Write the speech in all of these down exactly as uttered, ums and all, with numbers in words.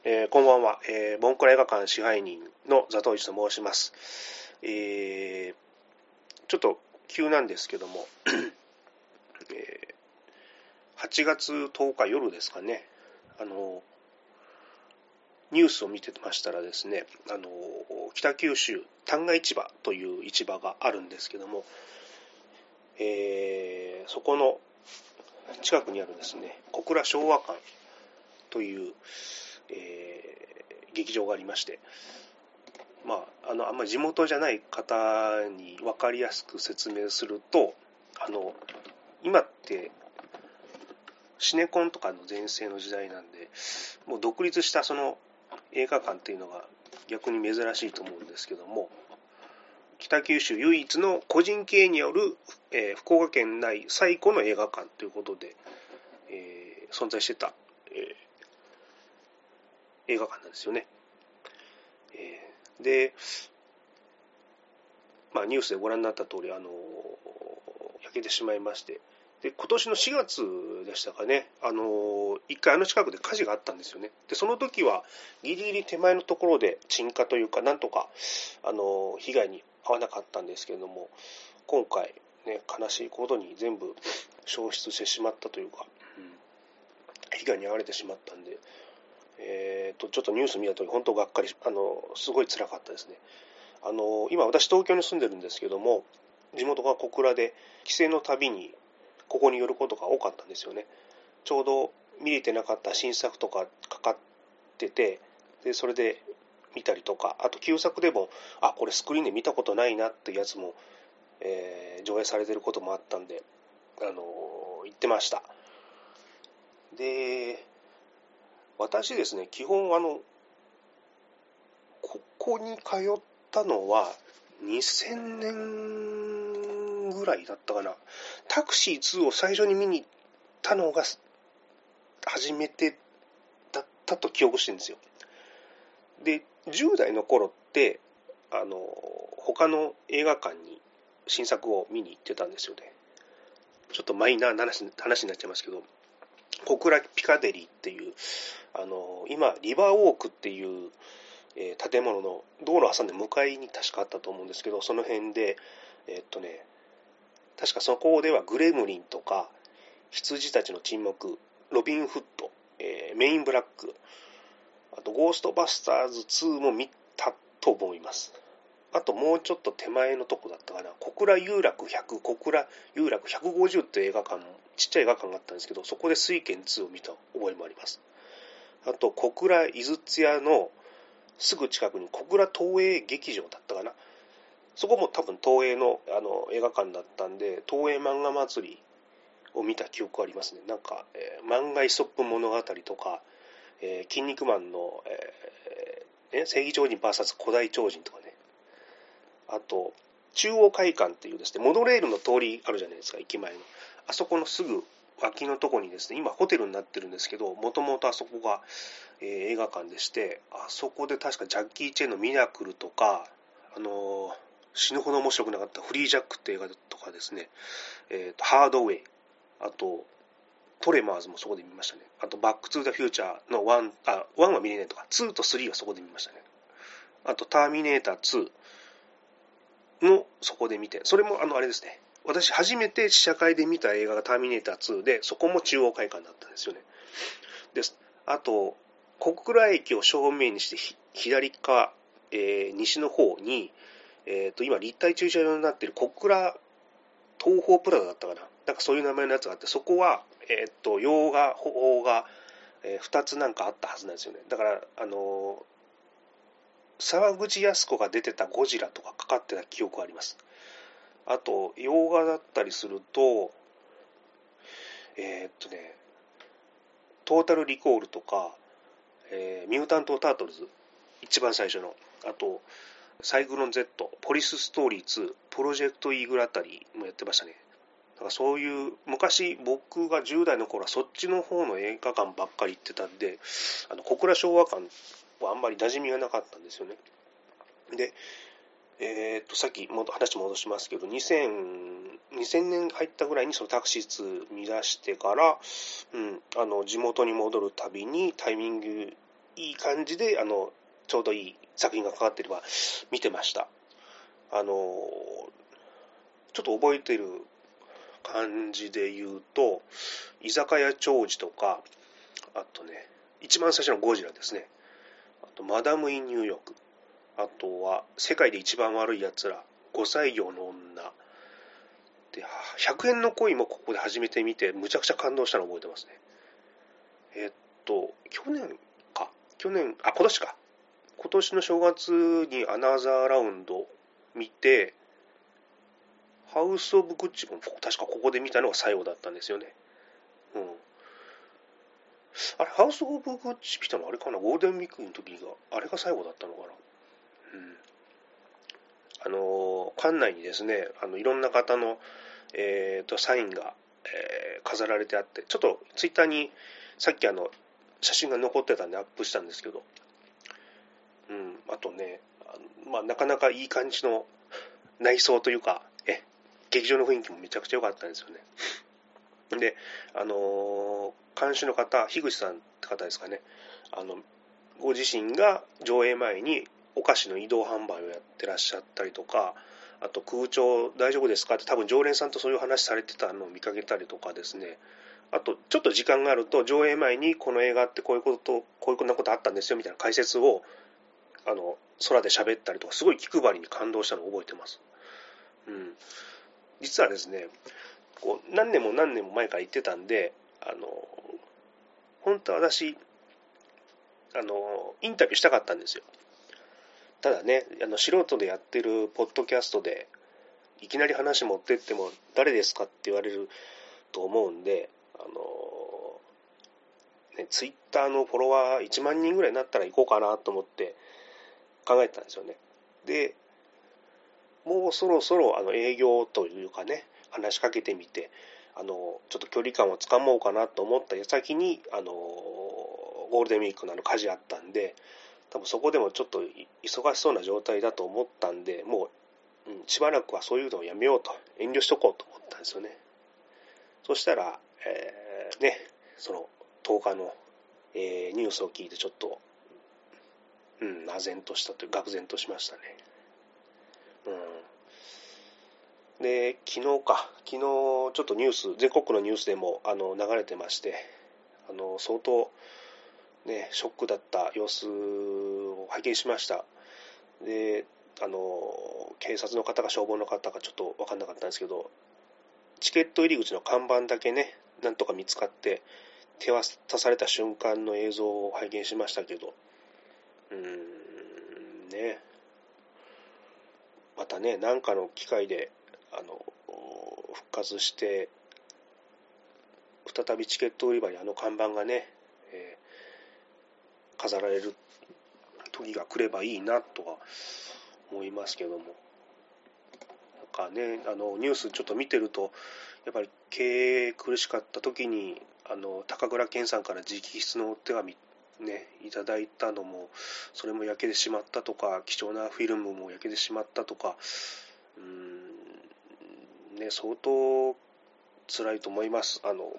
えー、こんばんは、えー、ボンクラ映画館支配人のザトウイチと申します。えー、ちょっと急なんですけども、えー、はちがつとおか夜ですかね、あのニュースを見てましたらですね、あの北九州旦過市場という市場があるんですけども、えー、そこの近くにあるですね、小倉昭和館という、えー、劇場がありまして、まあ、あのあんまり地元じゃない方に分かりやすく説明すると、あの今ってシネコンとかの全盛の時代なんで、もう独立したその映画館っていうのが逆に珍しいと思うんですけども、北九州唯一の個人経営による、えー、福岡県内最古の映画館ということで、えー、存在してた、えー、映画館なんですよね。えー、で、まあ、ニュースでご覧になった通り、あの焼けてしまいまして、で今年のしがつでしたかね、あの一回あの近くで火事があったんですよね。でその時はギリギリ手前のところで鎮火というか、なんとかあの被害に遭わなかったんですけれども、今回、ね、悲しいことに全部焼失してしまったというか、うん、被害に遭われてしまったんで、えー、とちょっとニュース見たとき本当がっかり、あのすごい辛かったですね。あの今私東京に住んでるんですけども、地元が小倉で帰省のたびにここに寄ることが多かったんですよね。ちょうど見れてなかった新作とかかかってて、でそれで見たりとか、あと旧作でもあこれスクリーンで見たことないなっていうやつも、えー、上映されてることもあったんで、あのー、行ってました。で私ですね、基本あのここに通ったのはにせんねんぐらいだったかな。タクシーツーを最初に見に行ったのが初めてだったと記憶してるんですよ。で、じゅう代の頃って、あの、他の映画館に新作を見に行ってたんですよね。ちょっとマイナーな話、話になっちゃいますけど、小倉ピカデリーっていう、あの、今、リバーウォークっていう、えー、建物の道路を挟んで向かいに確かあったと思うんですけど、その辺で、えー、っとね、確かそこではグレムリンとか、羊たちの沈黙、ロビン・フッド、えー、メインブラック、あとゴーストバスターズツーも見たと思います。あともうちょっと手前のとこだったかな、小倉遊楽ひゃく、小倉遊楽ひゃくごじゅうっていう映画館も、ちっちゃい映画館があったんですけど、そこで水拳ツーを見た覚えもあります。あと小倉井筒屋のすぐ近くに小倉東映劇場だったかな。そこも多分東映の、あの映画館だったんで、東映漫画祭りを見た記憶ありますね。なんか、えー、漫画イソップ物語とか、えー、筋肉マンの、えー、正義超人 ブイエス 古代超人とかね。あと、中央会館っていうですね、モノレールの通りあるじゃないですか、駅前の。あそこのすぐ脇のとこにですね、今ホテルになってるんですけど、もともとあそこが、えー、映画館でして、あそこで確かジャッキー・チェンのミラクルとか、あのー、死ぬほど面白くなかったフリージャックって映画とかですね、えーと、ハードウェイ、あと、トレマーズもそこで見ましたね。あと、バックトゥーザフューチャーのワン、あ、ワンは見れないとか、ツーとスリーはそこで見ましたね。あと、ターミネーターツーもそこで見て、それもあの、あれですね。私、初めて試写会で見た映画がターミネーターツーで、そこも中央会館だったんですよね。です。あと、小倉駅を正面にして左側、えー、西の方に、えー、と今立体駐車場になっている小倉東宝プラザだったかな、なんかそういう名前のやつがあって、そこは、えー、と洋画邦画、えー、ふたつなんかあったはずなんですよね。だからあのー、沢口靖子が出てたゴジラとかかかってた記憶があります。あと洋画だったりすると、えー、っとねトータルリコールとか、えー、ミュータント・タートルズ、一番最初の、あとサイクロン Z、ポリスストーリーツー、プロジェクトイーグルあたりもやってましたね。だからそういう、昔僕がじゅう代の頃はそっちの方の映画館ばっかり行ってたんで、あの小倉昭和館はあんまり馴染みがなかったんですよね。で、えー、っと、さっきも話戻しますけど、にせん、にせんねん入ったぐらいにそのタクシーツー見出してから、うん、あの、地元に戻るたびにタイミングいい感じであのちょうどいい作品がかかっていれば見てました。あのちょっと覚えている感じで言うと、居酒屋長寿とか、あとね、一番最初のゴジラですね。あと、マダム・イン・ニューヨーク。あとは、世界で一番悪い奴ら、ごさい業の女。で、ひゃくえんの恋もここで初めて見て、むちゃくちゃ感動したのを覚えてますね。えっと、去年か。去年、あ、今年か。今年の正月にアナザーラウンド見て、ハウス・オブ・グッチも確かここで見たのが最後だったんですよね。うん。あれ、ハウス・オブ・グッチ見たのあれかな、ゴールデンウィークの時が、あれが最後だったのかな。うん。あのー、館内にですね、あのいろんな方の、えーと、サインが、えー飾られてあって、ちょっとツイッターにさっきあの、写真が残ってたんでアップしたんですけど、うん、あとね、あのまあ、なかなかいい感じの内装というか、え、劇場の雰囲気もめちゃくちゃ良かったんですよね。で、あのー監修の方、樋口さんって方ですかね、あの、ご自身が上映前にお菓子の移動販売をやってらっしゃったりとか、あと空調大丈夫ですかって多分常連さんとそういう話されてたのを見かけたりとかですね、あとちょっと時間があると上映前にこの映画ってこういうこと、こういうことあったんですよみたいな解説をあの空で喋ったりとか、すごい気配りに感動したのを覚えてます。うん。実はですね、こう何年も何年も前から言ってたんで、あの本当は私あのインタビューしたかったんですよ。ただね、あの素人でやってるポッドキャストでいきなり話持ってっても誰ですかって言われると思うんで、あのね、ツイッターのフォロワーいちまんにんぐらいになったら行こうかなと思って考えてたんですよね。で、もうそろそろあの営業というかね、話しかけてみて、あのちょっと距離感をつかもうかなと思った矢先にあのゴールデンウィークのあの火事あったんで、多分そこでもちょっと忙しそうな状態だと思ったんで、もう、うん、しばらくはそういうのをやめようと、遠慮しとこうと思ったんですよね。そしたら、えー、ね、そのとおかの、えー、ニュースを聞いてちょっと、うん、唖然としたという、愕然としましたね。うん。で、昨日か、昨日ちょっとニュース、全国のニュースでもあの流れてまして、あの相当、ね、ショックだった様子を拝見しました。で、あの警察の方か消防の方かちょっと分かんなかったんですけど、チケット入り口の看板だけね、なんとか見つかって手渡された瞬間の映像を拝見しましたけど、うーんね、またね、何かの機会であの復活して再びチケット売り場にあの看板がね、えー、飾られる時が来ればいいなとは思いますけども、なんかね、あのニュースちょっと見てると、やっぱり経営苦しかった時にあの高倉健さんから直筆のお手紙ねいただいたのも、それも焼けてしまったとか、貴重なフィルムも焼けてしまったとか、うーんね、相当辛いと思います。あの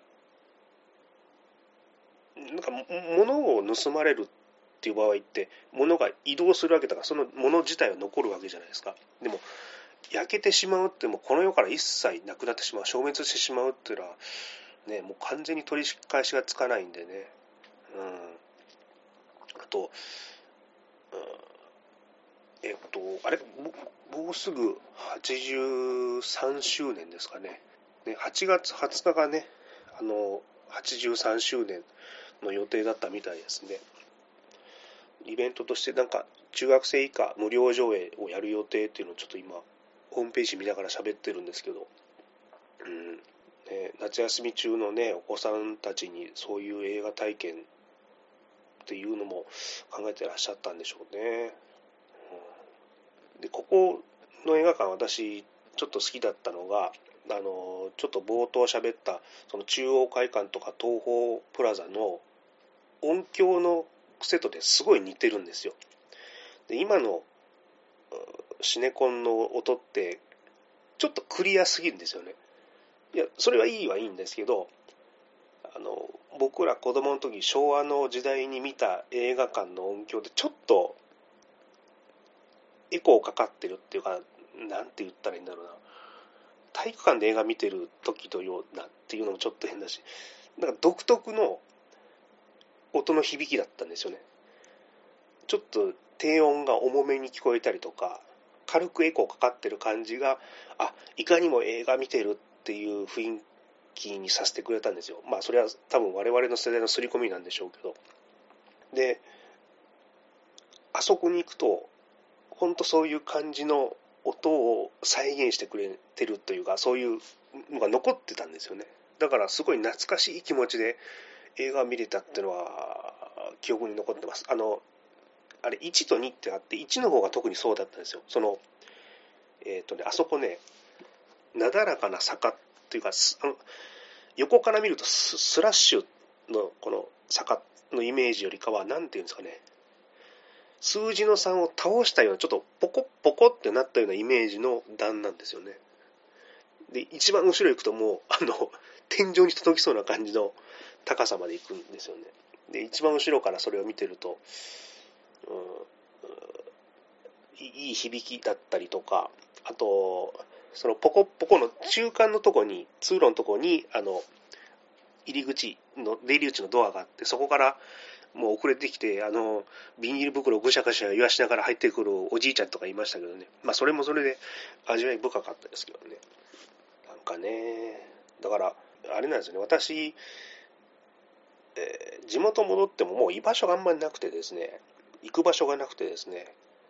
なんか物を盗まれるっていう場合って、物が移動するわけだから、その物自体は残るわけじゃないですか。でも焼けてしまうってもうこの世から一切なくなってしまう、消滅してしまうっていうのはね、もう完全に取り返しがつかないんでね。うん。あと、うん、えっとあれもうすぐはちじゅうさんしゅうねんですかね。ね、はちがつはつかがね、あのはちじゅうさんしゅうねんの予定だったみたいですね。イベントとしてなんか中学生以下無料上映をやる予定っていうのをちょっと今ホームページ見ながら喋ってるんですけど、うんね、夏休み中のねお子さんたちにそういう映画体験っていうのも考えてらっしゃったんでしょうね。うん、でここの映画館、私ちょっと好きだったのが、あのちょっと冒頭喋ったその中央会館とか東宝プラザの音響のセットですごい似てるんですよ。で今のシネコンの音ってちょっとクリアすぎるんですよね。いやそれはいいはいいんですけど、あの僕ら子供の時昭和の時代に見た映画館の音響でちょっとエコーかかってるっていうか、なんて言ったらいいんだろうな、体育館で映画見てる時のようなっていうのもちょっと変だし、なんか独特の音の響きだったんですよね。ちょっと低音が重めに聞こえたりとか、軽くエコーかかってる感じが、あ、いかにも映画見てるっていう雰囲気にさせてくれたんですよ。まあそれは多分我々の世代の刷り込みなんでしょうけど。で、あそこに行くと、ほんとそういう感じの音を再現してくれてるというか、そういうのが残ってたんですよね。だからすごい懐かしい気持ちで映画を見れたっていうのは記憶に残ってます。あの、あれいちとにってあって、いちの方が特にそうだったんですよ。その、えっとね、あそこね、なだらかな坂っていうか、あの横から見ると ス, スラッシュのこの坂のイメージよりかは、なんていうんですかね、数字のさんを倒したような、ちょっとポコッポコってなったようなイメージの段なんですよね。で、一番後ろ行くともう、あの、天井に届きそうな感じの高さまで行くんですよね。で、一番後ろからそれを見てると、うん、いい響きだったりとか、あと、そのポコッポコの中間のとこに、通路のとこに、あの、入り口の、出入り口のドアがあって、そこからもう遅れてきて、あの、ビニール袋をぐしゃぐしゃ言わしながら入ってくるおじいちゃんとかいましたけどね。まあ、それもそれで味わい深かったですけどね。なんかね、だから、あれなんですよね、私、えー地元戻ってももう居場所があんまりなくてですね、行く場所がなくてですね、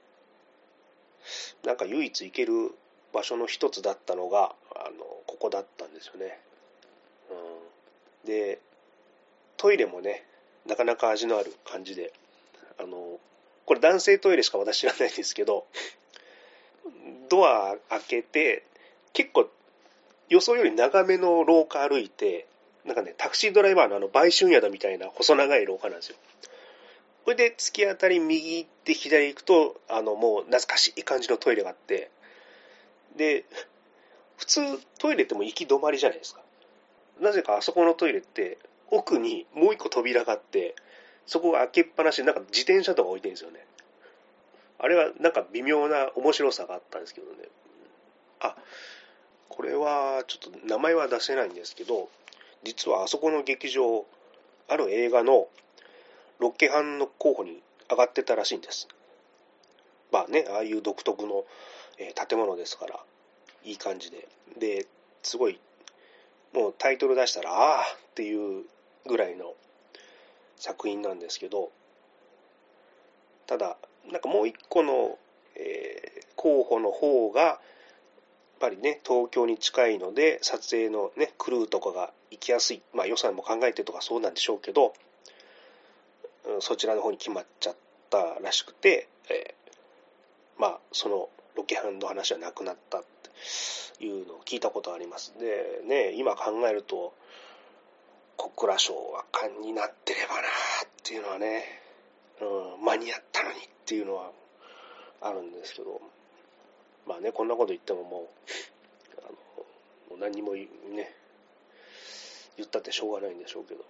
なんか唯一行ける場所の一つだったのが、あの、ここだったんですよね。うん、で、トイレもね、なかなか味のある感じで、あの、これ男性トイレしか私知らないんですけど、ドア開けて、結構予想より長めの廊下歩いて、なんかね、タクシードライバーのあの売春宿みたいな細長い廊下なんですよ。これで突き当たり右行って左行くと、あのもう懐かしい感じのトイレがあって、で、普通トイレってもう行き止まりじゃないですか。なぜかあそこのトイレって奥にもう一個扉があって、そこが開けっぱなしで、なんか自転車とか置いてるんですよね。あれはなんか微妙な面白さがあったんですけどね。あ、これはちょっと名前は出せないんですけど、実はあそこの劇場、ある映画のロケハンの候補に上がってたらしいんです。まあね、ああいう独特の、えー建物ですから、いい感じで。で、すごい、もうタイトル出したら、ああっていうぐらいの作品なんですけど、ただ、なんかもう一個の、えー候補の方が、やっぱりね、東京に近いので、撮影のね、クルーとかが行きやすい。まあ予算も考えてとかそうなんでしょうけど、うんそちらの方に決まっちゃったらしくて、えーまあ、そのロケハンの話はなくなったっていうのを聞いたことあります。で、ね、今考えると、小倉賞は冠になってればなっていうのはね、うん、間に合ったのにっていうのはあるんですけど、まあね、こんなこと言ってももう、あのもう何にもね、言ったってしょうがないんでしょうけど、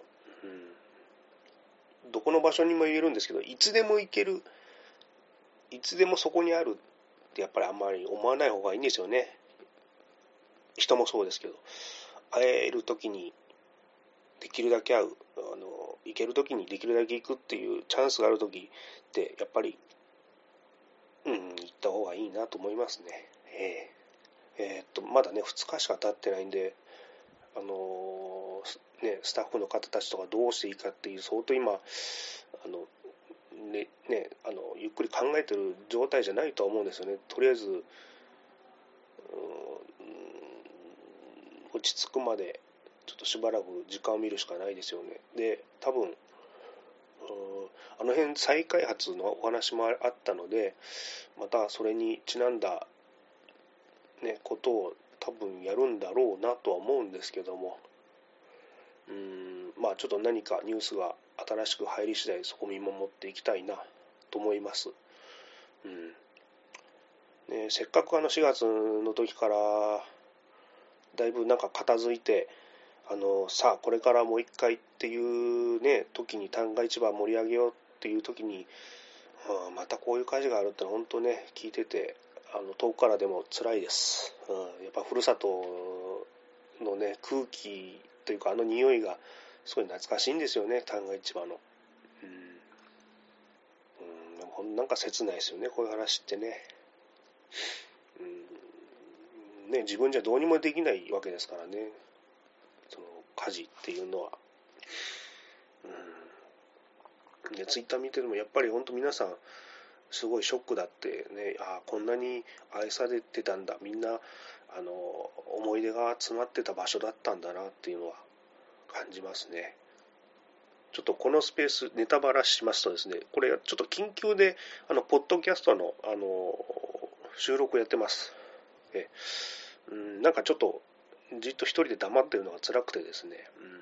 うん、どこの場所にも言えるんですけど、いつでも行ける、いつでもそこにあるってやっぱりあんまり思わない方がいいんですよね。人もそうですけど、会える時にできるだけ会う、あの行ける時にできるだけ行くっていうチャンスがある時ってやっぱり、うん、行った方がいいなと思いますね。えー、えー、っとまだねふつかしか経ってないんで、あのーね、スタッフの方たちとかどうしていいかっていう相当今あのねねあのゆっくり考えてる状態じゃないとは思うんですよね。とりあえず、うん、落ち着くまでちょっとしばらく時間を見るしかないですよね。で、多分、うん、あの辺再開発のお話もあったので、またそれにちなんだ、ね、ことを多分やるんだろうなとは思うんですけども、うーん、まあちょっと何かニュースが新しく入り次第そこ見守っていきたいなと思います。うんね、せっかくあのしがつの時からだいぶなんか片付いて、 あのさあこれからもう一回っていうね時に旦過市場盛り上げようっていう時に、うん、またこういう火事があるってのは本当ね聞いててあの遠くからでも辛いです、うん、やっぱふるさとのね空気というかあの匂いがすごい懐かしいんですよね旦過市場の、うんうん、でもなんか切ないですよねこういう話ってね、うん、ね自分じゃどうにもできないわけですからねその火事っていうのは、うん、でツイッター見ててもやっぱり本当皆さんすごいショックだってねあこんなに愛されてたんだみんなあの思い出が詰まってた場所だったんだなっていうのは感じますね。ちょっとこのスペースネタバラしますとですねこれちょっと緊急であのポッドキャストのあの収録やってますえ、うん、なんかちょっとじっと一人で黙ってるのが辛くてですね、うん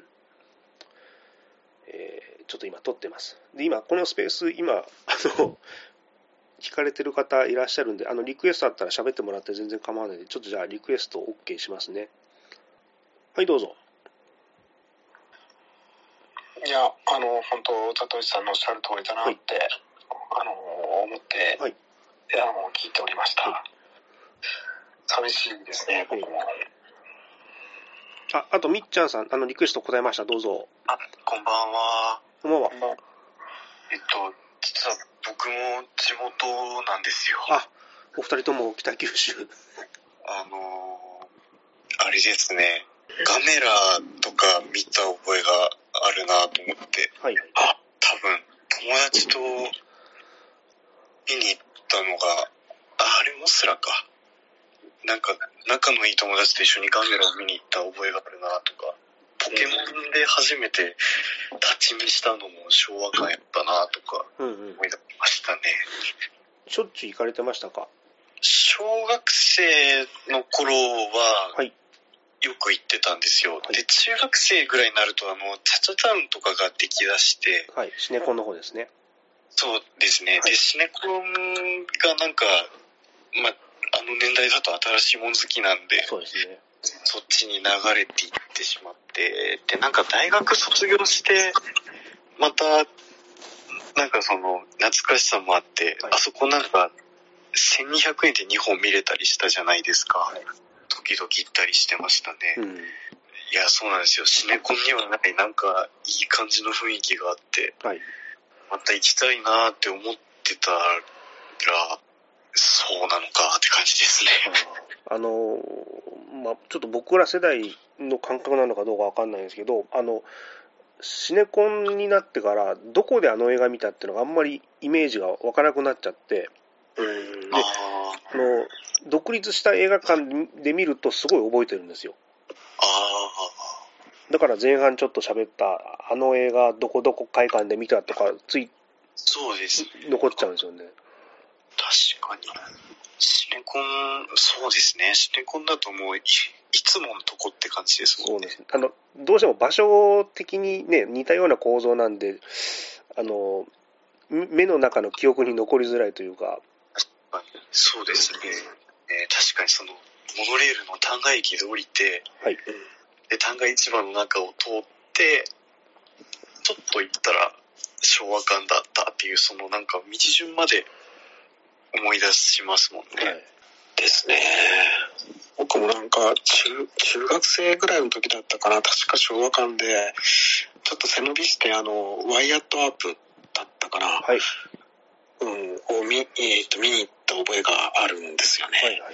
えー、ちょっと今撮ってます。で今このスペース今あの聞かれてる方いらっしゃるんであのリクエストあったら喋ってもらって全然構わないのでちょっとじゃあリクエスト OK しますね。はいどうぞ。 いやあの本当里内さんのおっしゃる通りだなって、はい、あの思って、はい、あの聞いておりました。はい、寂しいですね僕も。 あ、あとみっちゃんさんあのリクエスト答えましたどうぞ。 あこんばんは。 こんばんは。 えっと実は僕も地元なんですよ。 あお二人とも北九州。 あのあれですねガメラとか見た覚えがあるなと思って、はい、あ多分友達と見に行ったのが あ, あれモスラかなんか仲のいい友達と一緒にガメラを見に行った覚えがあるなとかポケモンで初めて立ち見したのも昭和館やったなとか思い出しましたね、 うんうん、しょっちゅう行かれてましたか？ 小学生の頃は、はいよく行ってたんですよ、はい、で中学生ぐらいになるとあのチャチャタウンとかができだしてはいシネコンの方ですね。 そうですね、はい、でシネコンがなんかまああの年代だと新しいもん好きなんでそうですねそっちに流れていってしまってでなんか大学卒業してまたなんかその懐かしさもあって、はい、あそこなんかせんにひゃくえんでにほん見れたりしたじゃないですか、はい時々行ったりしてましたね、うん、いやそうなんですよシネコンにはないなんかいい感じの雰囲気があって、はい、また行きたいなって思ってたらそうなのかって感じですね。 あのまあちょっと僕ら世代の感覚なのかどうかわかんないんですけどあのシネコンになってからどこであの映画見たっていうのがあんまりイメージがわからなくなっちゃってうんであの独立した映画館で見るとすごい覚えてるんですよ。あだから前半ちょっと喋ったあの映画どこどこ会館で見たとかついそうです、ね、 残っちゃうんですよね。 確かにシネコンそうですねシネコンだともう い, いつものとこって感じですもんね。 そうですねあのどうしても場所的にね似たような構造なんであの目の中の記憶に残りづらいというか。 そうですね、えー、確かにそのモノレールの旦過駅で降りて、はい、で旦過市場の中を通ってちょっと行ったら昭和館だったっていうそのなんか道順まで思い出しますもんね、はい、ですね。僕もなんか 中, 中学生ぐらいの時だったかな確か昭和館でちょっと背伸びしてあのワイヤットアップだったかな、はいうん、を見、えー、と見に行った覚えがあるんですよね、はいはい、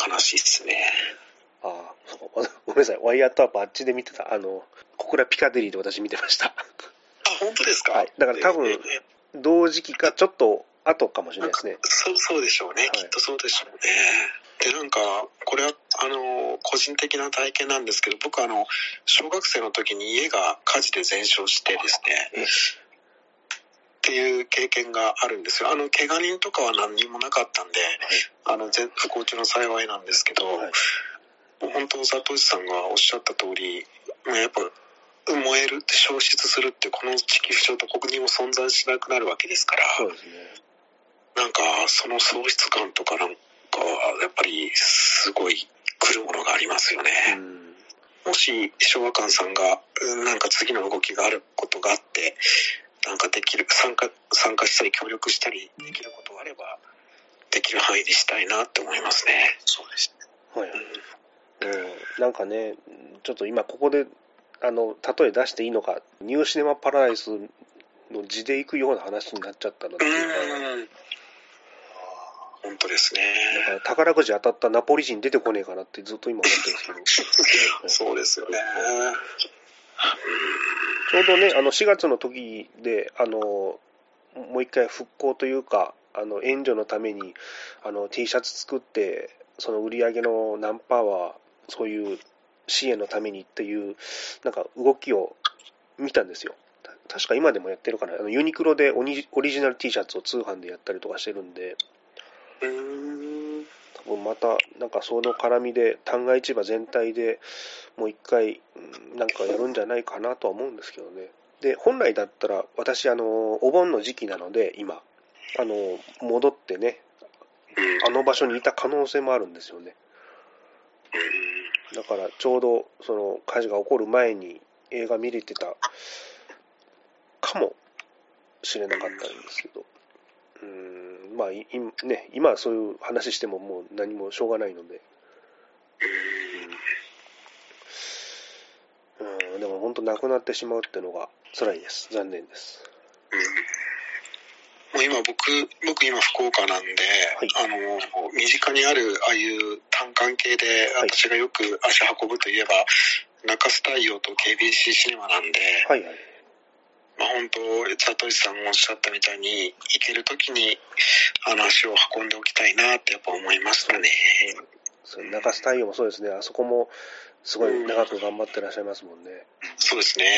悲しいっすね。 ああごめんなさいワイヤーとはバッチで見てたあの小倉ピカデリーで私見てました。あ本当ですか、 はい、だから多分同時期かちょっと後かもしれないですね。 そうそうでしょうね、はい、きっとそうでしょうね。でなんかこれはあの個人的な体験なんですけど僕あの小学生の時に家が火事で全焼してですねっていう経験があるんですよ。あの怪我人とかは何にもなかったんで、はい、あの全不幸中の幸いなんですけど、はい、本当里内さんがおっしゃった通りやっぱ燃えるって消失するってこの地球上どこにも存在しなくなるわけですからそうですね。なんかその喪失感とかなんかやっぱりすごい来るものがありますよね。うんもし昭和館さんがなんか次の動きがあることがあって、なんかできる参加参加したり協力したりできることがあればできる範囲でしたいなって思いますね。そうですね。はい。 うん、なんかね、ちょっと今ここであの例え出していいのか、ニューシネマパラダイスの字で行くような話になっちゃったのっていうか、うん、 本当ですね。 だから宝くじ当たったナポリ人出てこねえかなってずっと今思ってるんですけど。 そうですよね。 ちょうどね、あのしがつの時で、あのもう一回復興というか、あの援助のためにあの T シャツ作って、その売り上げの何パーはそういう支援のためにっていうなんか動きを見たんですよ。確か今でもやってるかな。あのユニクロでオリジナル T シャツを通販でやったりとかしてるんで、 うーん、 多分またなんかその絡みで旦過市場全体でもう一回なんかやるんじゃないかなとは思うんですけどね。で本来だったら私あのお盆の時期なので今あの戻ってねあの場所にいた可能性もあるんですよね。だからちょうどその火事が起こる前に映画見れてたかもしれなかったんですけど、うーんまあいね今はそういう話してももう何もしょうがないので、うん、うんでも本当亡くなってしまうっていうのが辛いです。残念です。 もう今僕僕今福岡なんで、はい、あの身近にあるああいう単館系で私がよく足運ぶといえば、はい、中洲太陽と ケービーシー シネマなんで、はいはい、まあ、本当里石さんもおっしゃったみたいに行けるときにあの足を運んでおきたいなってやっぱ思いましたね。 そう、中洲太陽もそうですね。あそこもすごい長く頑張ってらっしゃいますもんね。うん、 そうですね。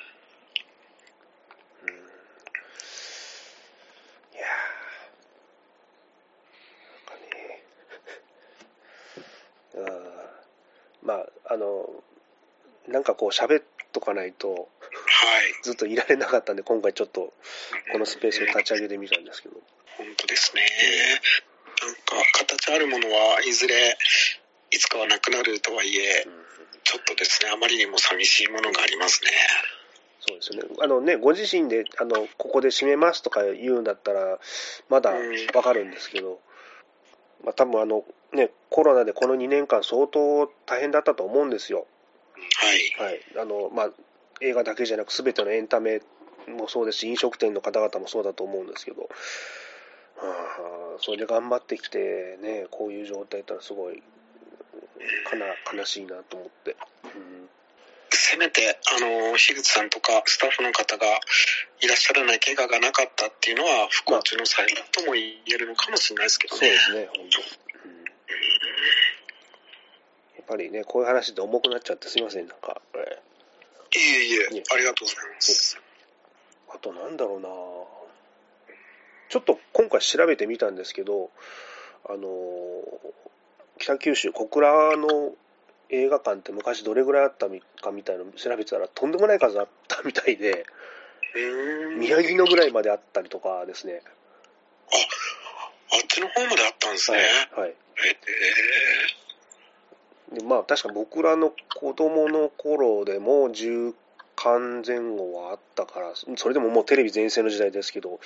まあ、あの、なんかこう喋っとかないと、はい、ずっといられなかったんで、今回ちょっとこのスペースを立ち上げてみたんですけど。 本当ですね。なんか形あるものはいずれいつかはなくなるとはいえ、うん、ちょっとですね、あまりにも寂しいものがありますね。 そうですよね。あのね、ご自身であのここで締めますとか言うんだったらまだわかるんですけど、うん、まあ多分あのねコロナでこのにねんかん相当大変だったと思うんですよ。はい。はい。あのまあ映画だけじゃなく全てのエンタメもそうですし飲食店の方々もそうだと思うんですけど、はあ、それで頑張ってきてねこういう状態だったらすごいかな悲しいなと思って。うん、 せめてあの樋口さんとかスタッフの方がいらっしゃらない怪我がなかったっていうのは不幸中の幸いとも言えるのかもしれないですけどね。 そうですね、本当。うん、やっぱりねこういう話って重くなっちゃってすいませんなんか。 いえいえ、ありがとうございます。 あとなんだろうな、ちょっと今回調べてみたんですけど、あの北九州小倉の映画館って昔どれぐらいあったかみたいなの調べてたらとんでもない数あったみたいで、宮城のぐらいまであったりとかですね。 あ、あっちの方まであったんですね。はい。はい、 えー、でまあ確か僕らの子供の頃でもじゅっかんぜん後はあったから、それでももうテレビ全盛の時代ですけど、うん、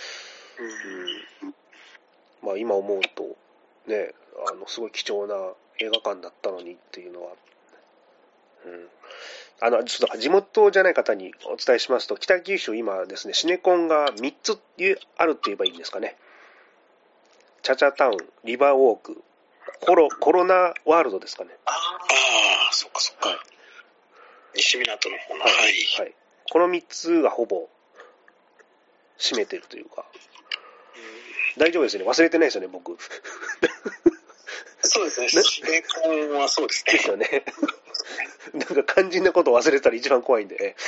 まあ今思うとね、あのすごい貴重な映画館だったのにっていうのは。うん、あのちょっと地元じゃない方にお伝えしますと、北九州今ですねシネコンがみっつあるって言えばいいんですかね。チャチャタウン、リバーウォーク、コロコロナワールドですかね。 ああ、そっかそっか、はい、西港の方の、はいはい、このみっつがほぼ占めてるというか、うん、大丈夫ですよね、忘れてないですよね僕。 そうですね、シネコンはそうですね。 ですよね。なんか肝心なことを忘れたら一番怖いんで。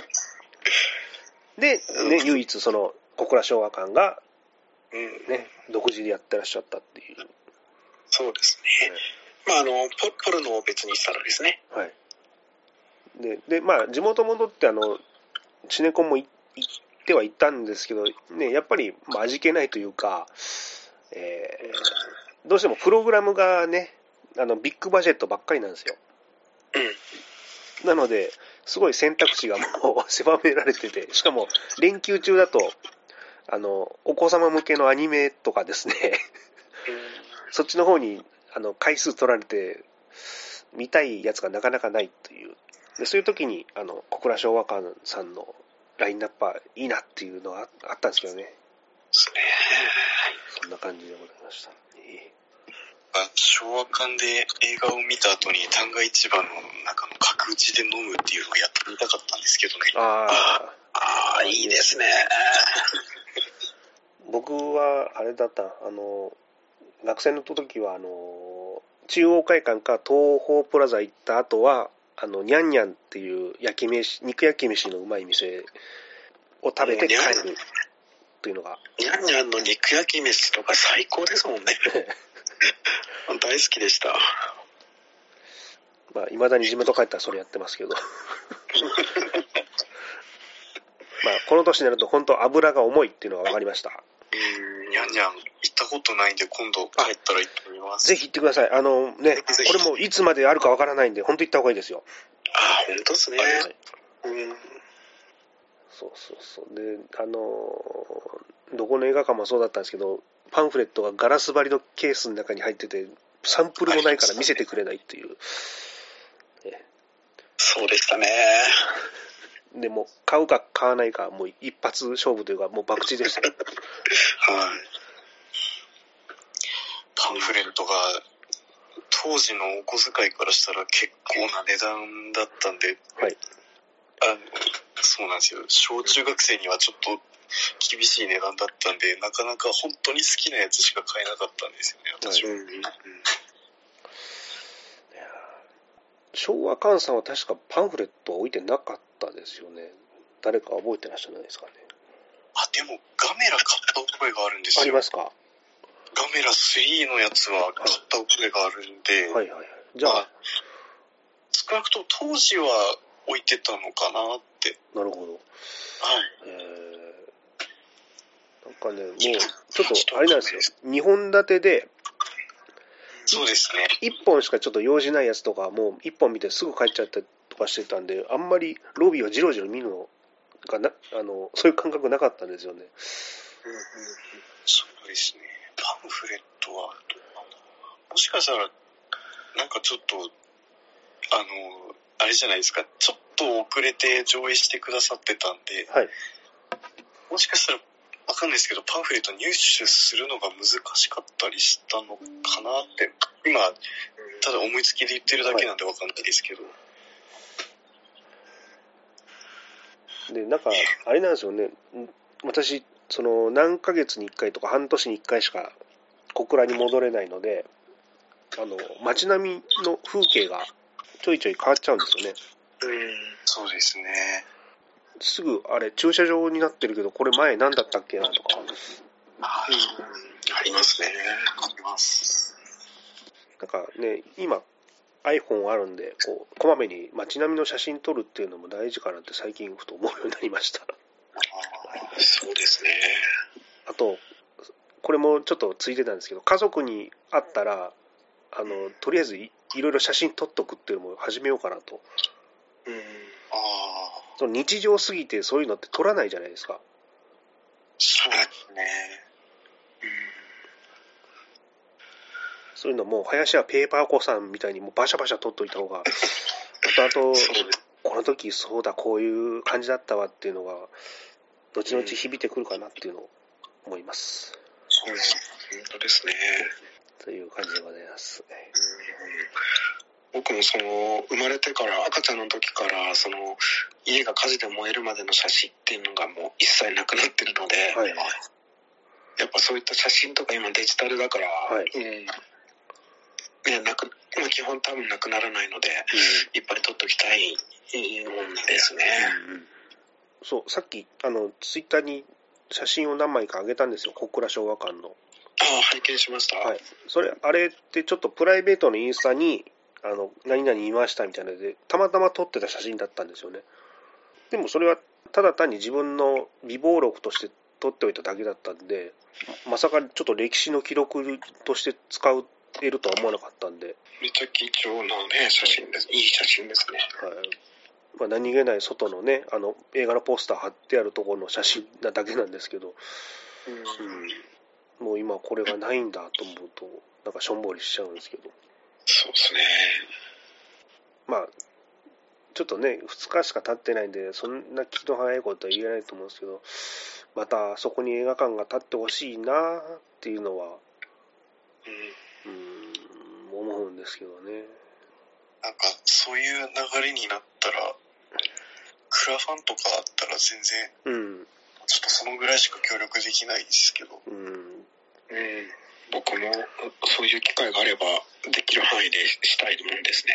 で、ね、唯一その小倉昭和館が、ね、うん、独自でやってらっしゃったっていう。 そうですね。まああのポ、ポルノを別にしたらですね。 はい。で、でまあ地元戻ってあのシネコンも行ってはいったんですけど、ね、やっぱり、まあ、味気ないというか、えー、どうしてもプログラムがね、あのビッグバジェットばっかりなんですよ。 うん。 なので、すごい選択肢がもう狭められてて、しかも連休中だと、あの、お子様向けのアニメとかですね、そっちの方にあの回数取られて、見たいやつがなかなかないという。でそういう時に、あの、小倉昭和館さんのラインナップはいいなっていうのがあったんですけどね。 そうね。 そんな感じでございました。 昭和館で映画を見た後に旦過市場の中の角打ちで飲むっていうのをやってみたかったんですけどね。 あああ、いいですね。 僕はあれだった、あの、学生の時は、あの、中央会館か東宝プラザ行った後は、あの、ニャンニャンっていう焼き飯、肉焼き飯のうまい店を食べて帰るというのが。 ニャンニャンの肉焼き飯とか最高ですもんね。大好きでした。 まあ、未だに地元帰ったらそれやってますけど。まあ、この年になると本当油が重いっていうのが分かりました。 うん、ニャンニャン行ったことないんで今度帰ったら行ってみます。 ぜひ行ってください。あのね、これもいつまであるか分からないんで、本当行った方がいいですよ。 ああ、本当ですね。はい、うん。 そうそうそう。で、あの、どこの映画館もそうだったんですけど、パンフレットがガラス張りのケースの中に入ってて、サンプルもないから見せてくれないっていう。ね、 そうでしたね。 でも、買うか買わないか、もう一発勝負というか、もう博打でしたね。 はい。パンフレットが、当時のお小遣いからしたら結構な値段だったんで、 はい。 あの、そうなんですよ。小中学生にはちょっと厳しい値段だったんで、なかなか本当に好きなやつしか買えなかったんですよね、私は。はい、うん、 昭和館さんは確かパンフレットは置いてなかったですよね。誰か覚えてらっしゃらないですかね。 あ、でもガメラ買った覚えがあるんですよ。 ありますか。 ガメラスリーのやつは買った覚えがあるんで、 はいはいはい。じゃあ、あ、 少なくとも当時は置いてたのかなって。 なるほど。はい。えー、なんかね、もうちょっとあれなんですよ。にほん立てで、 そうですね。 いっぽんしかちょっと用事ないやつとか、もういっぽん見てすぐ帰っちゃったりとかしてたんで、あんまりロビーをじろじろ見るのがな、あの、そういう感覚なかったんですよね。 うんうんうん、そうですね。パンフレットはどうなんだろう。もしかしたら、なんかちょっと、あの、あれじゃないですか、ちょっと遅れて上映してくださってたんで、 はい、 もしかしたら、わかんないですけど、パンフレット入手するのが難しかったりしたのかなって、今、ただ思いつきで言ってるだけなんでわかんないですけど。はい、 で、なんか、あれなんですよね、私、その、何ヶ月にいっかいとか半年にいっかいしか小倉に戻れないので、あの、街並みの風景がちょいちょい変わっちゃうんですよね。 うん、そうですね。 すぐ、あれ、駐車場になってるけど、これ前何だったっけなとか。 あ、うん、ありますね。あります。 なんかね、今、iPhone あるんで、こう、こまめに街並みの写真撮るっていうのも大事かなって最近ふと思うようになりました。 あ、そうですね。 あと、これもちょっとついてたんですけど、家族に会ったら、あの、とりあえず い, いろいろ写真撮っとくっていうのも始めようかなと。 うん、あ、 その日常すぎてそういうのって撮らないじゃないですか。 そうですね。 うん、そういうのも、林家ペーパー子さんみたいにもうバシャバシャ撮っといた方が、後々、この時そうだ、こういう感じだったわっていうのが、後々響いてくるかなっていうのを思います。 そうです。本当ですね。 という感じでございます。 うん、僕もその生まれてから赤ちゃんの時からその家が火事で燃えるまでの写真っていうのがもう一切なくなってるので、はい、やっぱそういった写真とか今デジタルだから、はい、うん、ね、なく、まあ、基本多分なくならないので、うん、いっぱい撮っときたいもんですね。 うんうん、そう、さっきあのツイッターに写真を何枚か上げたんですよ、小倉昭和館の。 ああ、拝見しました。 はい。それ、あれってちょっとプライベートのインスタに、あの、何々見ましたみたいなので、たまたま撮ってた写真だったんですよね。でもそれは、ただ単に自分の備忘録として撮っておいただけだったんで、まさかちょっと歴史の記録として使えるとは思わなかったんで。 めっちゃ貴重なね、写真です。いい写真ですね。 はい。 まあ、何気ない外のね、あの映画のポスター貼ってあるところの写真なだけなんですけど、うん、もう今これがないんだと思うとなんかしょんぼりしちゃうんですけど。 そうですね。 まあちょっとねふつかしか経ってないんでそんな気の早いことは言えないと思うんですけど、またそこに映画館が建ってほしいなっていうのは、うん、うん思うんですけどね。 なんかそういう流れになったらクラファンとかあったら全然、うん、ちょっとそのぐらいしか協力できないですけど、うん、うん、僕もそういう機会があればできる範囲でしたいもんですね。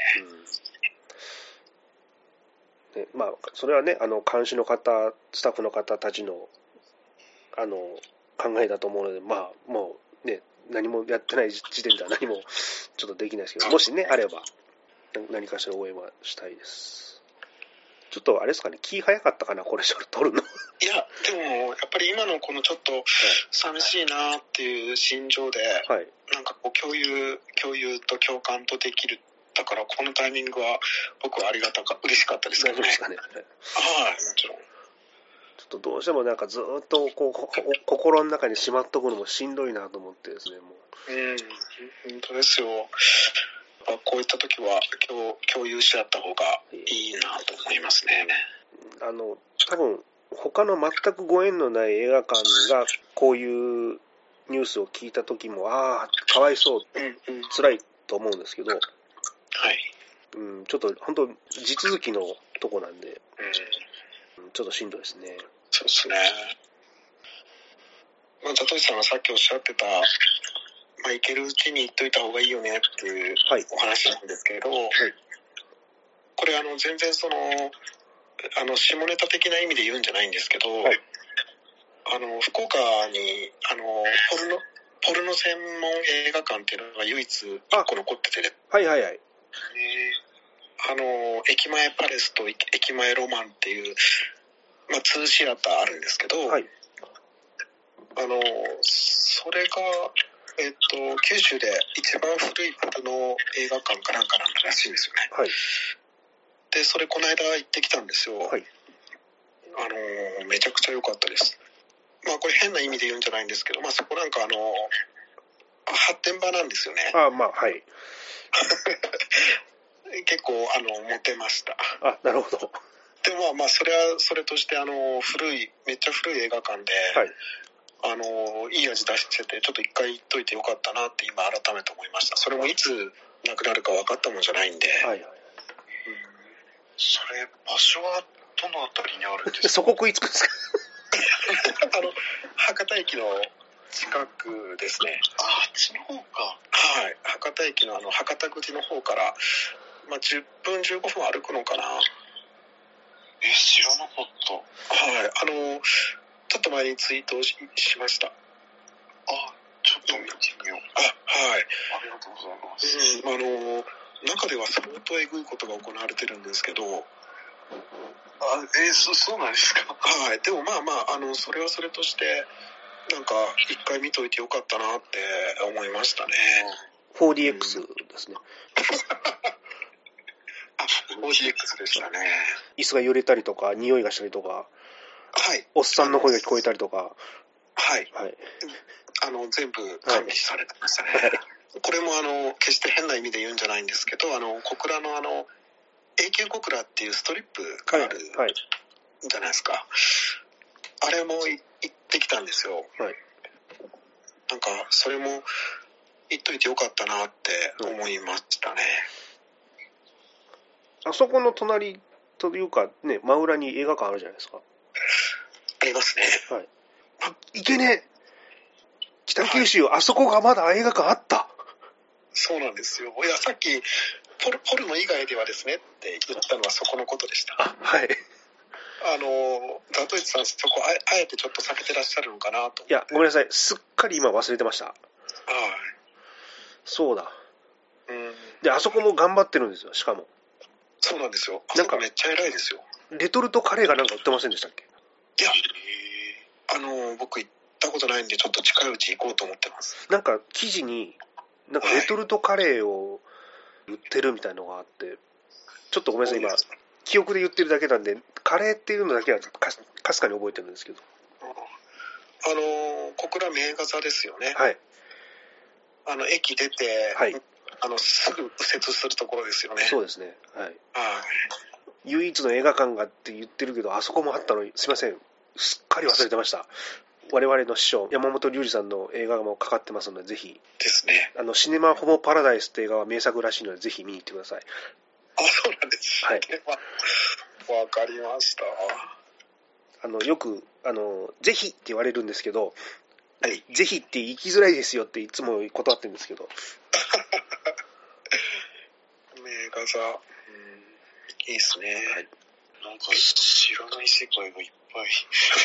うん、ね、まあそれはねあの監視の方スタッフの方たちのあの考えだと思うので、まあもうね何もやってない時点では何もちょっとできないですけど、もしねあれば何かしら応援はしたいです。ちょっとあれですかね、気早かったかな、これ撮るの。 いや、でもやっぱり今のこのちょっと寂しいなっていう心情で、はい、なんかこう共有共有と共感とできるだからこのタイミングは僕はありがたか嬉しかったですけどね。大丈夫ですかね。はい、もちろん。 ちょっとどうしてもなんかずっとこう心の中にしまっとくのもしんどいなと思ってですね、もう。うん、本当ですよ。こういった時は共共有し合った方がいいなと思いますね。 あの多分他の全くご縁のない映画館がこういうニュースを聞いた時もああかわいそう、うんうん、辛いと思うんですけど、はい、うん、ちょっと本当地続きのとこなんで、うん、ちょっとしんどいですね。 そうですね。まあ、里井さんがさっきおっしゃってたまあ、行けるうちに行っといた方がいいよねっていうお話なんですけど、はいはい、これあの全然そのあの下ネタ的な意味で言うんじゃないんですけど、はい、あの福岡にあのポルノポルノ専門映画館っていうのが唯一いっこ残ってて、 はいはいはい、 あの駅前パレスと駅前ロマンっていう、まあ、ツーシアターあるんですけど、はい、あのそれがえっと、九州で一番古いポルノ映画館かなんかなんだらしいんですよね。はい。で、それこの間行ってきたんですよ。はい。あの、めちゃくちゃ良かったです。まあこれ変な意味で言うんじゃないんですけど、まあそこなんかあの、発展場なんですよね。 ああ、まあ、はい。 結構、あの、モテました。 あ、なるほど。 でもまあまあ、それはそれとして、あの、古い、めっちゃ古い映画館で、はい。あのいい味出しててちょっと一回言っといてよかったなって今改めて思いました。それもいつなくなるか分かったもんじゃないんで、はいはい、うん、それ場所はどのあたりにあるんですか？ そこ食いつくんですか？ あの博多駅の近くですね。ああっちの方か。はい、博多駅のあの博多口の方から、まあ、じゅっぷんじゅうごふん歩くのかな。え知らなかった。はい、あのちょっと前にツイートを し, しました。あ、ちょっと見てみよう。あ、はい。ありがとうございます。うん、あの、中では相当えぐいことが行われてるんですけど。あ、えー、そ, そうなんですか。はい。でもまあまあ、あの、それはそれとして、なんか、一回見といてよかったなって思いましたね。 フォーディーエックス ですね。 あ、フォーディーエックス でしたね。 椅子が揺れたりとか、匂いがしたりとか。 はい。 おっさんの声が聞こえたりとか。 はい。はい。あの、全部完備されてましたね。はい、これもあの、決して変な意味で言うんじゃないんですけど、あの、小倉のあの、永久小倉っていうストリップがあるじゃないですか。はいはい、あれも行ってきたんですよ。はい。なんか、それも行っといてよかったなって思いましたね。 あそこの隣というか、ね、真裏に映画館あるじゃないですか。 ありますね。 はい。あ、いけねえ。北九州、はい、あそこがまだ映画館あった。 そうなんですよ。いや、さっき、ポル、ポルノ以外ではですねって言ったのはそこのことでした。 あ、はい。 あの、ザトイチさん、そこあ、あえてちょっと避けてらっしゃるのかなと。 いや、ごめんなさい。すっかり今忘れてました。はい。そうだ。うん。で、あそこも頑張ってるんですよ、しかも。 そうなんですよ。あそこめっちゃ偉いですよ。 レトルトカレーがなんか売ってませんでしたっけ？ いや、あの、僕行ったことないんで、ちょっと近いうち行こうと思ってます。 なんか記事に、なんかレトルトカレーを売ってるみたいなのがあって、ちょっとごめんなさい、今、 記憶で言ってるだけなんで、カレーっていうのだけはかかすかに覚えてるんですけど。 あのー、小倉名画座ですよね。 はい。 あの、駅出て、 はい、 あの、すぐ右折するところですよね。 そうですね。はい。 はい。 唯一の映画館がって言ってるけど、あそこもあったのに、すいません。すっかり忘れてました。我々の師匠、山本龍二さんの映画もかかってますので、ぜひ。 ですね。 あの、シネマホモパラダイスって映画は名作らしいので、ぜひ見に行ってください。 あ、そうなんです。 はい。 わかりました。 あの、よく、あの、ぜひって言われるんですけど、 はい、 ぜひって言いづらいですよっていつも断ってるんですけど。 名画座、うん、いいですね。はい、なんか知らない世界がいっぱい。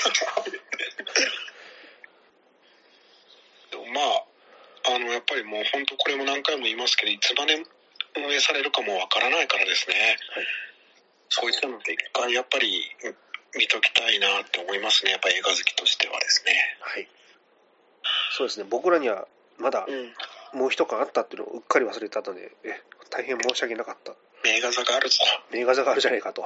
でもまあ、あの、やっぱりもう本当これも何回も言いますけど、いつまで運営されるかもわからないからですね。はい、そういったので一回やっぱり見ときたいなって思いますね。やっぱり映画好きとしてはですね。はい。 そうですね。僕らにはまだもう一巻あったっていうのをうっかり忘れてたので、え大変申し訳なかった。 名画座があるぞ。 名画座があるじゃないかと。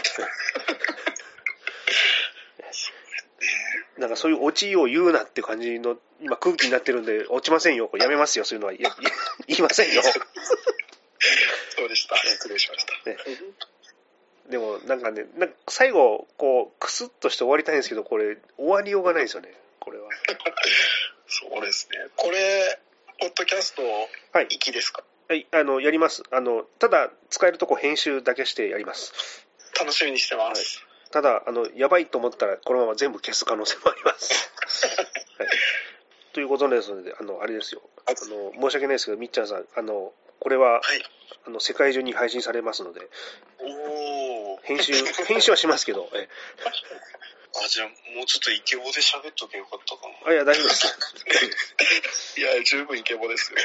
なんかそういうオチを言うなって感じの今空気になってるんで、落ちませんよ。これやめますよ。そういうのは言いませんよ。 そうでした。失礼しました。ね、 でもなんかね、なんか最後こうクスッとして終わりたいんですけど、これ終わりようがないですよね。これは。 そうですね。これポッドキャスト行きですか？ はい、あのやります。あのただ使えるとこ編集だけしてやります。 楽しみにしてます。 はい、ただあのやばいと思ったらこのまま全部消す可能性もあります。はい、ということですので、あのあれですよ。あの申し訳ないですけど、みっちゃんさん、あのこれは、はい、あの世界中に配信されますので、 お編集編集はしますけど。えあ、じゃあもうちょっとイケボで喋っとけよかったかも。 あ、いや大丈夫です。 いや十分イケボですよ。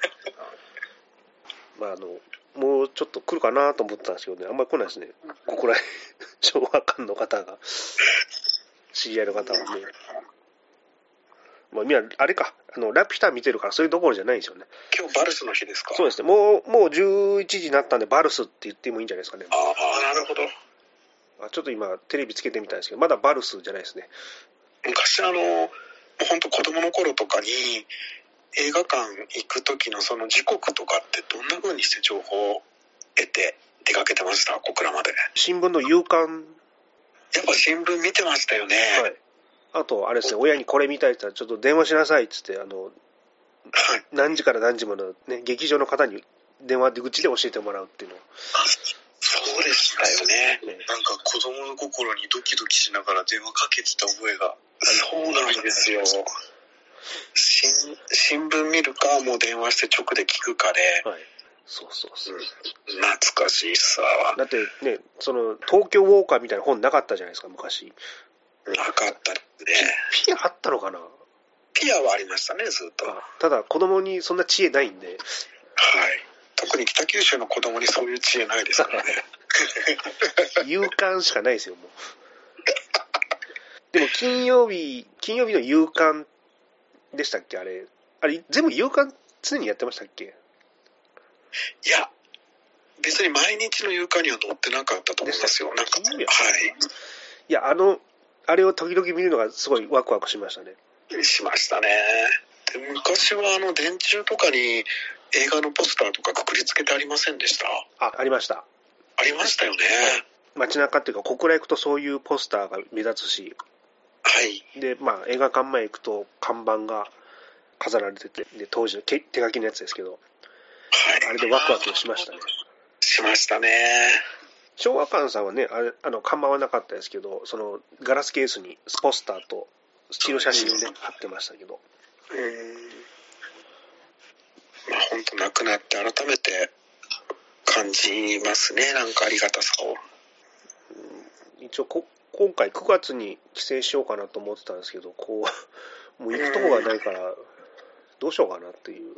まああのもうちょっと来るかなと思ってたんですけどね、あんまり来ないですね。ここらへん昭和館の方が、知り合いの方はね。まあ、みんなあれか、あのラピュタ見てるからそういうどころじゃないんですよね。 今日バルスの日ですか？ そうですね。もうもうじゅういちじになったんでバルスって言ってもいいんじゃないですかね。 ああ、なるほど。 ちょっと今テレビつけてみたんですけど、まだバルスじゃないですね。 昔あの本当子供の頃とかに映画館行く時のその時刻とかってどんな風にして情報を得て出かけてました？小倉まで。 新聞の夕刊。 やっぱ新聞見てましたよね。 はい。あとあれですね、親にこれ見たいって言ったらちょっと電話しなさいっつってあの、はい、何時から何時までのね劇場の方に電話口で教えてもらうっていうのを。 そうでしたよね。なんか子供の心にドキドキしながら電話かけてた覚えが。そうなんですよ。新, 新聞見るかもう電話して直で聞くかで。 はい。そうそうそう。うん、 懐かしいさ。 だってね、その東京ウォーカーみたいな本なかったじゃないですか昔。 なかったね。 ピアあったのかな？ ピアはありましたねずっと。 ただ子供にそんな知恵ないんで。はい。 特に北九州の子供にそういう知恵ないですからね。 夕刊しかないですよもう。でも金曜日金曜日の夕刊でしたっけあれ？あれ全部夕刊常にやってましたっけ？いや別に毎日の夕刊には載ってなかったと思いますよ。なんかはい。 いやあのあれを時々見るのがすごいワクワクしましたね。 しましたね。で昔はあの電柱とかに映画のポスターとかくくりつけてありませんでした？ あ、ありました。 ありましたよね。 街中っていうか小倉行くとそういうポスターが目立つし、 はい。 でまあ映画館前行くと看板が飾られてて、で当時の手書きのやつですけど、はい、あれでワクワクしましたね。 しましたね。 昭和館さんはね、あれあの看板はなかったですけど、そのガラスケースにポスターとスチール写真をね貼ってましたけど。 うーん。まあ本当なくなって改めて感じますね。なんかありがたさを。 一応こ今回くがつに帰省しようかなと思ってたんですけど、こうもう行くとこがないからどうしようかなっていう。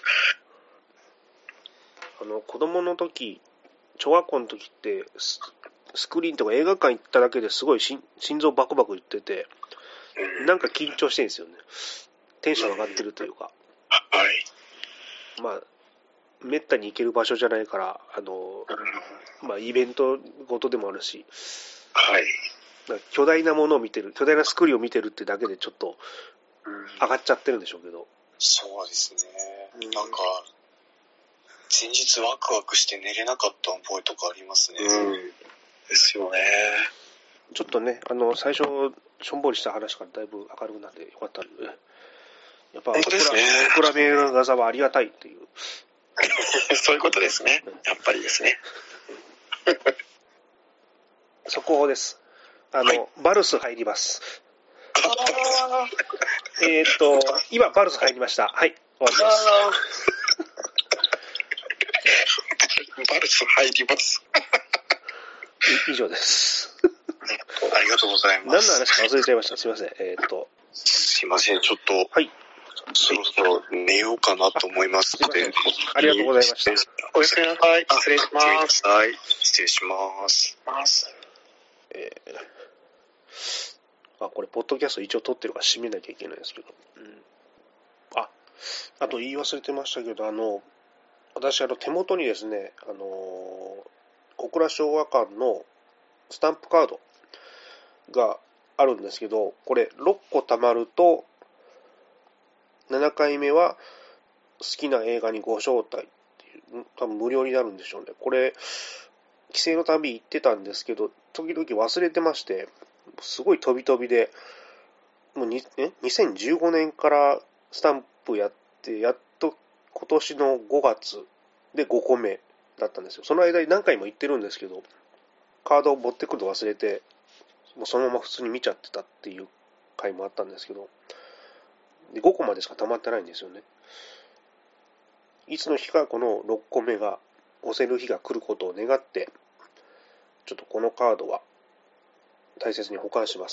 あの子供の時、小学校の時ってス、スクリーンとか映画館行っただけですごい心臓バクバクいってて、なんか緊張してるんですよね。テンション上がってるというか。 はい。 まあめったに行ける場所じゃないから、あの、まあ、イベントごとでもあるし、 はい。 巨大なものを見てる、巨大なスクリーンを見てるってだけでちょっと上がっちゃってるんでしょうけど。 そうですね。なんか、前日ワクワクして寝れなかった覚えとかありますね。うん。ですよね。 ちょっとね、あの、最初、しょんぼりした話からだいぶ明るくなってよかったんで、やっぱ、 本当ですね。 オクラメガザはありがたいっていう。 そういうことですね。やっぱりですね。 速報です。あの、はい、バルス入ります。えっと、今、バルス入りました。はい、終わります。 バルス入ります。 以上です。 ありがとうございます。 何の話か忘れちゃいました。すいません。えっと。 すいません。ちょっと。 はい。 そろそろ寝ようかなと思いますので。 ありがとうございました。 おやすみなさい。失礼します。はい。失礼します。 えー、あ、これ、ポッドキャスト一応撮ってるから締めなきゃいけないんですけど。うん、あ、あと言い忘れてましたけど、あの、私、あの、手元にですね、あの、小倉昭和館のスタンプカードがあるんですけど、これろっこ貯まると、ななかいめは好きな映画にご招待っていう、多分無料になるんでしょうね。これ、帰省の旅行ってたんですけど、時々忘れてまして、すごい飛び飛びで、もうにえにせんじゅうごねんからスタンプやって、やっと今年のごがつでごこめだったんですよ。その間に何回も行ってるんですけど、カードを持ってくるの忘れて、もうそのまま普通に見ちゃってたっていう回もあったんですけど、でごこまでしか溜まってないんですよね。いつの日かこのろっこめが押せる日が来ることを願って、ちょっとこのカードは大切に保管します。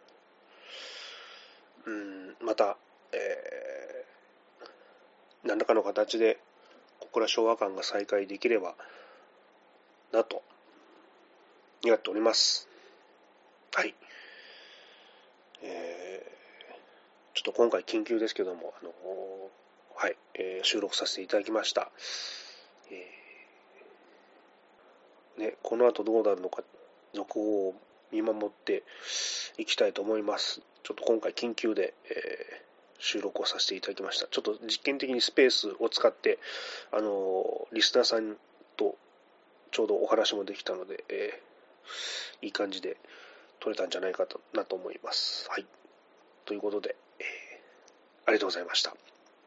うーん、また、えー、何らかの形で小倉昭和館が再開できればなと願っております。はい。えー、ちょっと今回緊急ですけども、あのー、はい、えー、収録させていただきました。えー、ね、この後どうなるのか、続報を見守っていきたいと思います。ちょっと今回緊急で、えー、収録をさせていただきました。ちょっと実験的にスペースを使って、あのー、リスナーさんとちょうどお話もできたので、えー、いい感じで撮れたんじゃないかとなと思います。はい。ということで、えー、ありがとうございました。